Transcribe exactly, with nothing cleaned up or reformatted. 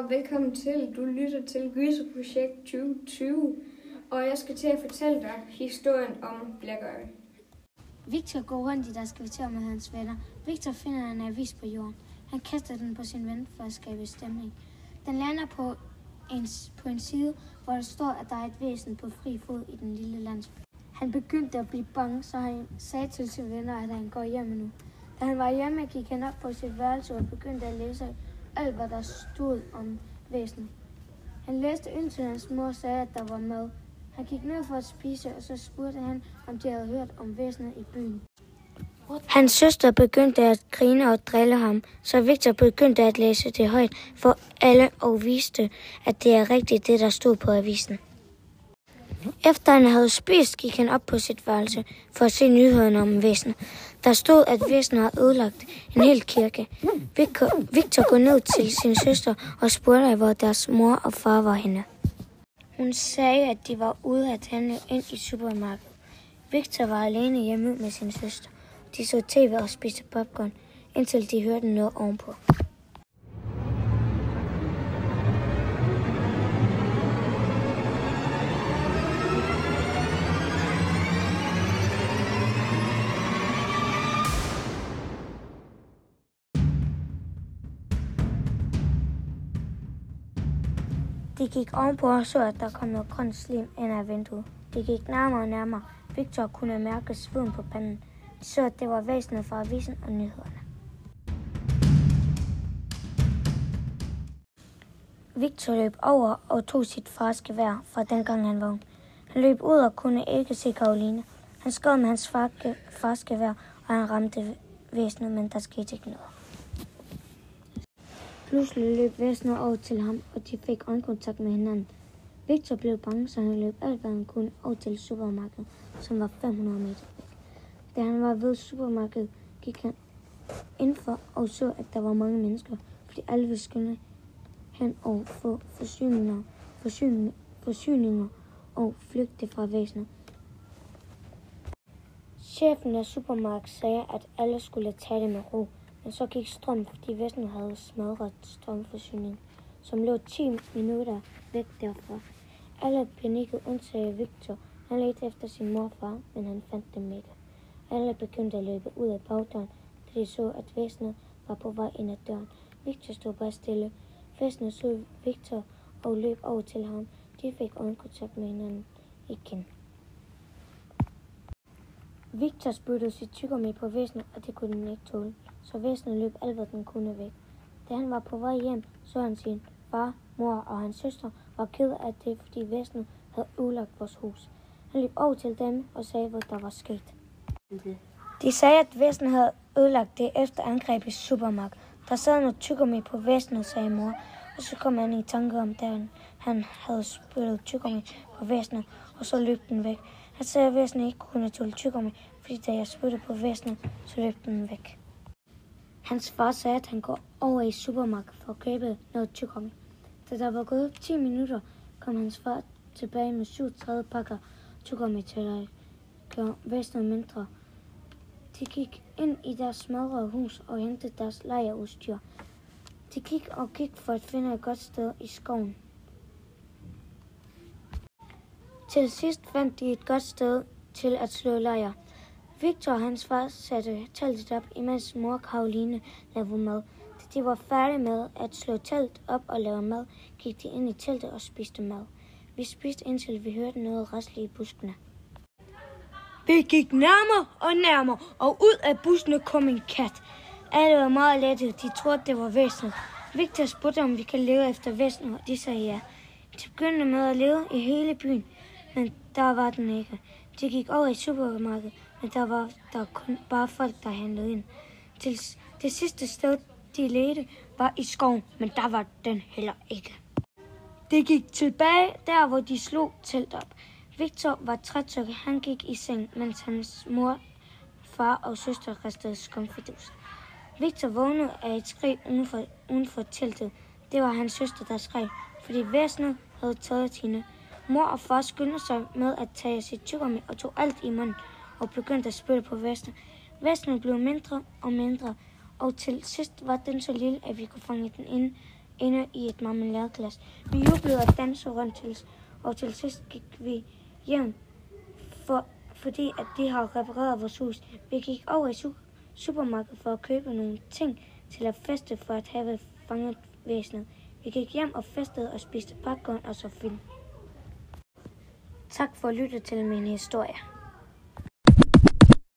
og velkommen til. Du lytter til Gyserprojekt tyve tyve, og jeg skal til at fortælle dig historien om Blackguard. Victor går rundt i deres kvarter med hans venner. Victor finder en avis på jorden. Han kaster den på sin ven for at skabe stemning. Den lander på en, på en side, hvor der står, at der er et væsen på fri fod i den lille landsby. Han begyndte at blive bange, så han sagde til sine venner, at han går hjem nu. Da han var hjemme, gik han op på sit værelse og begyndte at læse alt, hvad der stod om væsenet. Han læste indtil hans mor sagde, at der var mad. Han gik ned for at spise, og så spurgte han, om de havde hørt om væsenet i byen. Hans søster begyndte at grine og drille ham, så Victor begyndte at læse det højt for alle og viste, at det er rigtigt, det der stod på avisen. Efter han havde spist, gik han op på sit værelse for at se nyhederne om væsenet. Der stod, at væsenet havde ødelagt en hel kirke. Victor går ned til sin søster og spurgte, hvor deres mor og far var henne. Hun sagde, at de var ude at handle ind i supermarkedet. Victor var alene hjemme med sin søster. De så tv og spiste popcorn, indtil de hørte noget ovenpå. De gik ovenpå og så, at der kom noget grønt slim ind ad vinduet. De gik nærmere og nærmere. Victor kunne mærke sveden på panden. De så, at det var væsenet fra avisen og nyhederne. Victor løb over og tog sit fars gevær fra dengang han var ung. Han løb ud og kunne ikke se Caroline. Han skød med hans far, fars gevær, og han ramte væsenet, men der skete ikke noget. Pludselig løb væsenet over til ham, og de fik øjenkontakt med hinanden. Victor blev bange, så han løb alt, hvad han kunne over til supermarkedet, som var fem hundrede meter væk. Da han var ved supermarkedet, gik han indenfor og så, at der var mange mennesker, fordi alle ville skynde hen og få forsyninger, forsyninger, forsyninger og flygte fra væsenet. Chefen af supermarkedet sagde, at alle skulle tage det med ro. Men så gik strøm, fordi væsenet havde smadret strømforsyningen, som lå ti minutter væk derfra. Alle panikkede undtagen Victor. Han ledte efter sin mor og far, men han fandt dem ikke. Alle begyndte at løbe ud af bagdøren, da de så, at væsenet var på vej ind ad døren. Victor stod bare stille. Væsenet så Victor og løb over til ham. De fik øjenkontakt med hinanden igen. Victor spyttede sit tyggegummi på væsenet, og det kunne den ikke tåle. Så væsenet løb alt, hvad den kunne væk. Da han var på vej hjem, så han sin far, mor og hans søster var ked af det, fordi væsenet havde ødelagt vores hus. Han løb over til dem og sagde, hvad der var sket. De sagde, at væsenet havde ødelagt det efter angreb i supermarkedet. Der sad noget tyggegummi på væsenet, sagde mor, og så kom han i tanke om, da han havde spyttet tyggegummi på væsenet, og så løb den væk. Han sagde, at væsenet ikke kunne tåle tyggegummi, fordi da jeg spyttede på væsenet, så løb den væk. Hans far sagde, at han går over i supermarkedet for at købe noget tyggegummi. Da der var gået ti minutter, kom hans far tilbage med syvogtredive pakker tyggegummi til at gøre væsenet mindre. De gik ind i deres smadrede hus og hentede deres lejeudstyr. De gik og gik for at finde et godt sted i skoven. Til sidst fandt de et godt sted til at slå lejr. Victor og hans far satte teltet op, imens mor Caroline lavede mad. Da de var færdige med at slå telt op og lave mad, gik de ind i teltet og spiste mad. Vi spiste indtil vi hørte noget rasle i buskene. Vi gik nærmere og nærmere, og ud af buskene kom en kat. Alle var meget lette, de troede, det var væsenet. Victor spurgte, om vi kan leve efter væsenet, og de sagde ja. De begyndte med at leve i hele byen, men der var den ikke. De gik over i supermarkedet, men der var der kun bare folk, der handlede ind. Til det sidste sted, de ledte, var i skoven, men der var den heller ikke. De gik tilbage der, hvor de slog telt op. Victor var træt, så han gik i seng, mens hans mor, far og søster ristede skumfidus. Victor vågnede af et skrig uden for, uden for teltet. Det var hans søster, der skreg, fordi væsenet havde taget hende. Mor og far skyndte sig med at tage sit tyggegummi og tog alt i munden og begyndte at spytte på væsenet. Væsenet blev mindre og mindre, og til sidst var den så lille, at vi kunne fange den ind inde i et marmeladeglas. Vi jublede og dansede rundt til, og til sidst gik vi hjem, for, fordi at de har repareret vores hus. Vi gik over i su- supermarkedet for at købe nogle ting til at feste for at have fanget væsenet. Vi gik hjem og festede og spiste popcorn og så film. Tak for at lytte til min historie.